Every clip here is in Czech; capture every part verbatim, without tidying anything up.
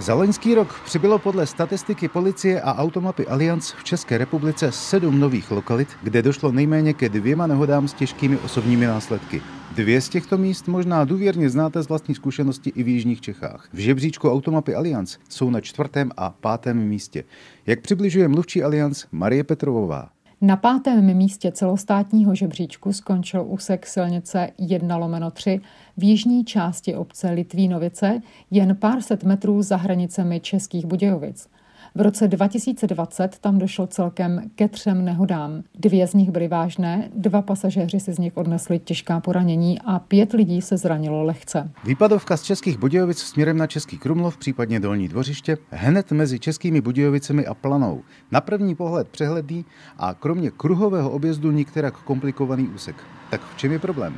Za loňský rok přibylo podle statistiky policie a Automapy Allianz v České republice sedm nových lokalit, kde došlo nejméně ke dvěma nehodám s těžkými osobními následky. Dvě z těchto míst možná důvěrně znáte z vlastní zkušenosti i v jižních Čechách. V žebříčku Automapy Allianz jsou na čtvrtém a pátém místě. Jak přibližuje mluvčí Allianz Marie Petrovová. Na pátém místě celostátního žebříčku skončil úsek silnice jedna lomeno tři v jižní části obce Litvínovice, jen pár set metrů za hranicemi Českých Budějovic. V roce dva tisíce dvacet tam došlo celkem ke třem nehodám. Dvě z nich byly vážné, dva pasažéři si z nich odnesli těžká poranění a pět lidí se zranilo lehce. Výpadovka z Českých Budějovic směrem na Český Krumlov, případně Dolní Dvořiště, hned mezi Českými Budějovicemi a Planou. Na první pohled přehledný a kromě kruhového objezdu nikterak komplikovaný úsek. Tak v čem je problém?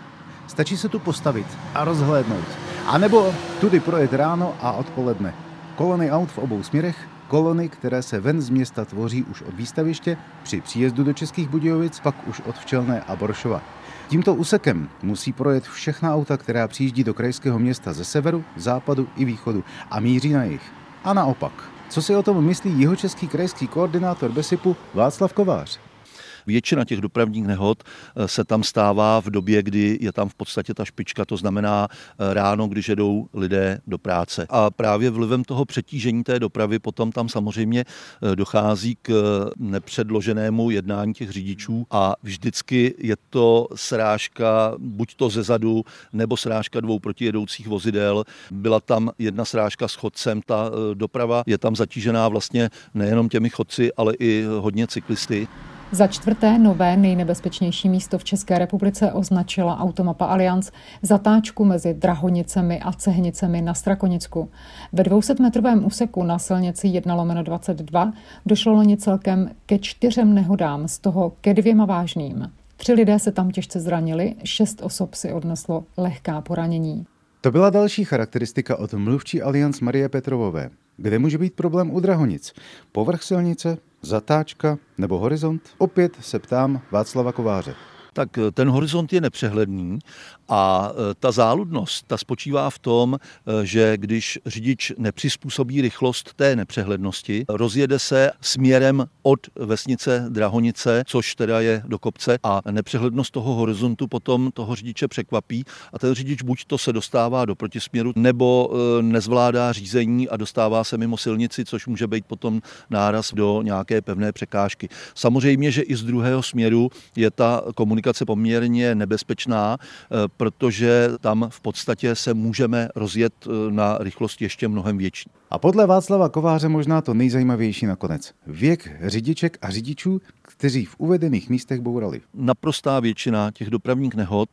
Stačí se tu postavit a rozhlédnout. A nebo tudy projet ráno a odpoledne. Kolony aut v obou směrech, kolony, které se ven z města tvoří už od výstaviště, při příjezdu do Českých Budějovic, pak už od Včelné a Boršova. Tímto úsekem musí projet všechna auta, která přijíždí do krajského města ze severu, západu i východu a míří na jih. A naopak. Co si o tom myslí jihočeský krajský koordinátor BESIPu Václav Kovář? Většina těch dopravních nehod se tam stává v době, kdy je tam v podstatě ta špička, to znamená ráno, když jedou lidé do práce. A právě vlivem toho přetížení té dopravy potom tam samozřejmě dochází k nepředloženému jednání těch řidičů a vždycky je to srážka buď to zezadu, nebo srážka dvou protijedoucích vozidel. Byla tam jedna srážka s chodcem, ta doprava je tam zatížená vlastně nejenom těmi chodci, ale i hodně cyklisty. Za čtvrté nové nejnebezpečnější místo v České republice označila Automapa Allianz zatáčku mezi Drahonicemi a Cehnicemi na Strakonicku. Ve dvousetmetrovém úseku na silnici jedna lomeno dvacet dva došlo loni celkem ke čtyřem nehodám, z toho ke dvěma vážným. Tři lidé se tam těžce zranili, šest osob si odneslo lehká poranění. To byla další charakteristika od mluvčí Allianz Marie Petrovové. Kde může být problém u Drahonic? Povrch silnice, zatáčka nebo horizont? Opět se ptám Václava Kováře. Tak ten horizont je nepřehledný a ta záludnost, ta spočívá v tom, že když řidič nepřizpůsobí rychlost té nepřehlednosti, rozjede se směrem od vesnice Drahonice, což teda je do kopce a nepřehlednost toho horizontu potom toho řidiče překvapí a ten řidič buď to se dostává do protisměru, nebo nezvládá řízení a dostává se mimo silnici, což může být potom náraz do nějaké pevné překážky. Samozřejmě, že i z druhého směru je ta komunikace poměrně nebezpečná, protože tam v podstatě se můžeme rozjet na rychlost ještě mnohem větší. A podle Václava Kováře možná to nejzajímavější nakonec. Věk řidiček a řidičů, kteří v uvedených místech bourali. Naprostá většina těch dopravních nehod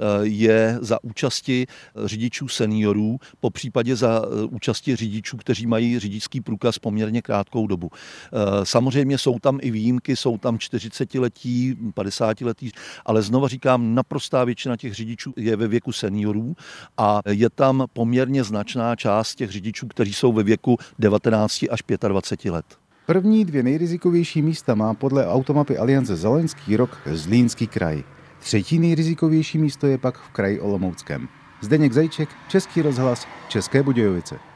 je za účasti řidičů seniorů, po případě za účasti řidičů, kteří mají řidičský průkaz poměrně krátkou dobu. Samozřejmě jsou tam i výjimky, jsou tam čtyřicetiletí, padesátiletí, ale znova říkám, naprostá většina těch řidičů je ve věku seniorů a je tam poměrně značná část těch řidičů, kteří jsou ve věku devatenáct až dvacet pět let. První dvě nejrizikovější místa má podle Automapy Alliance za loňský rok Zlínský kraj. Třetí nejrizikovější místo je pak v kraji Olomouckém. Zdeněk Zajíček, Český rozhlas, České Budějovice.